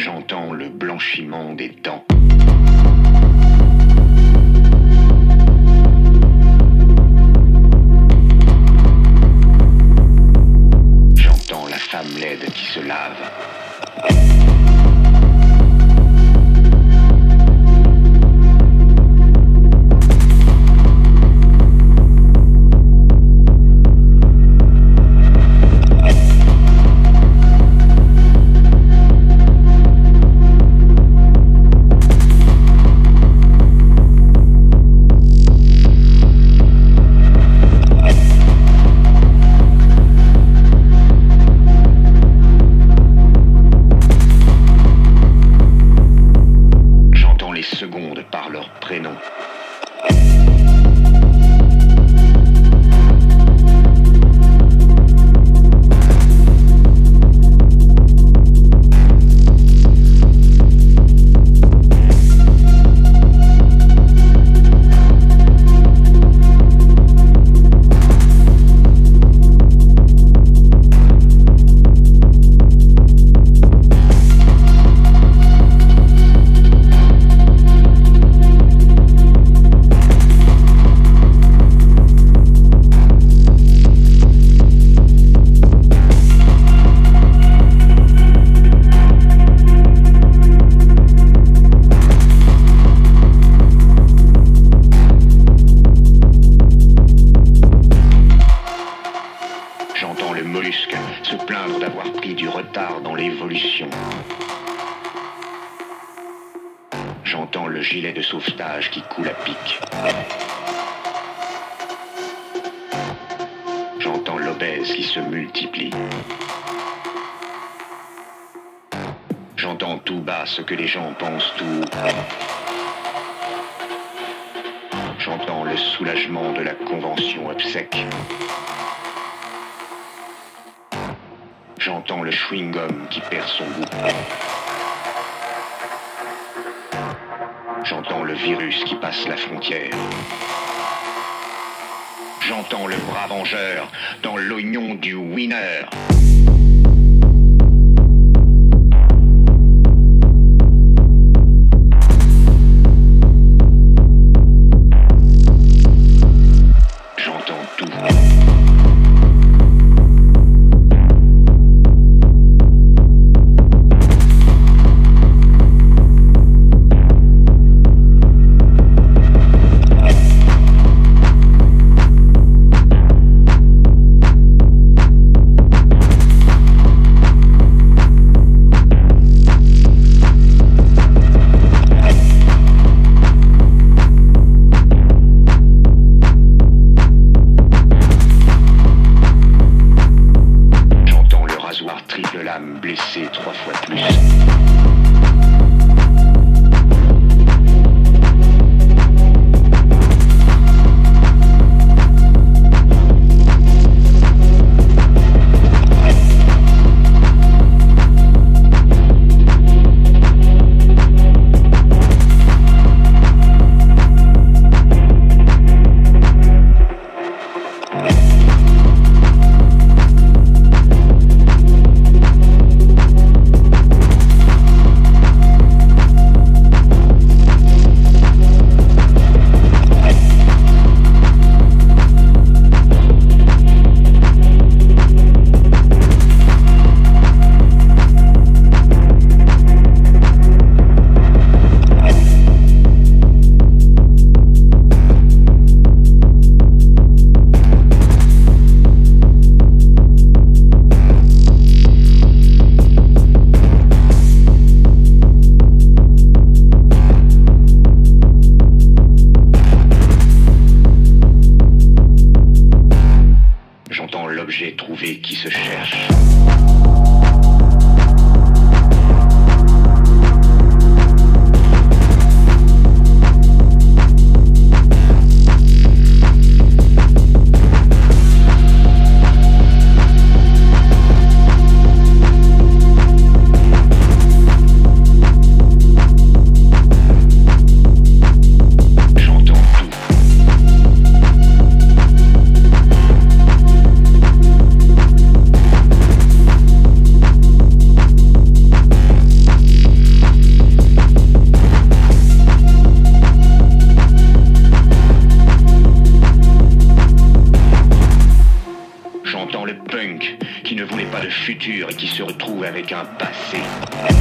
J'entends le blanchiment des dents. J'entends la femme laide qui se lave. Secondes par leur prénom. J'entends le mollusque se plaindre d'avoir pris du retard dans l'évolution. J'entends le gilet de sauvetage qui coule à pic. J'entends l'obèse qui se multiplie. J'entends tout bas ce que les gens pensent tout haut. J'entends le soulagement de la convention obsèque. J'entends le chewing-gum qui perd son goût. J'entends le virus qui passe la frontière. J'entends le bras vengeur dans l'oignon du winner. J'entends tout. Triple lame blessée 3 fois plus. J'entends l'objet trouvé qui se cherche. et qui se retrouvent avec un passé.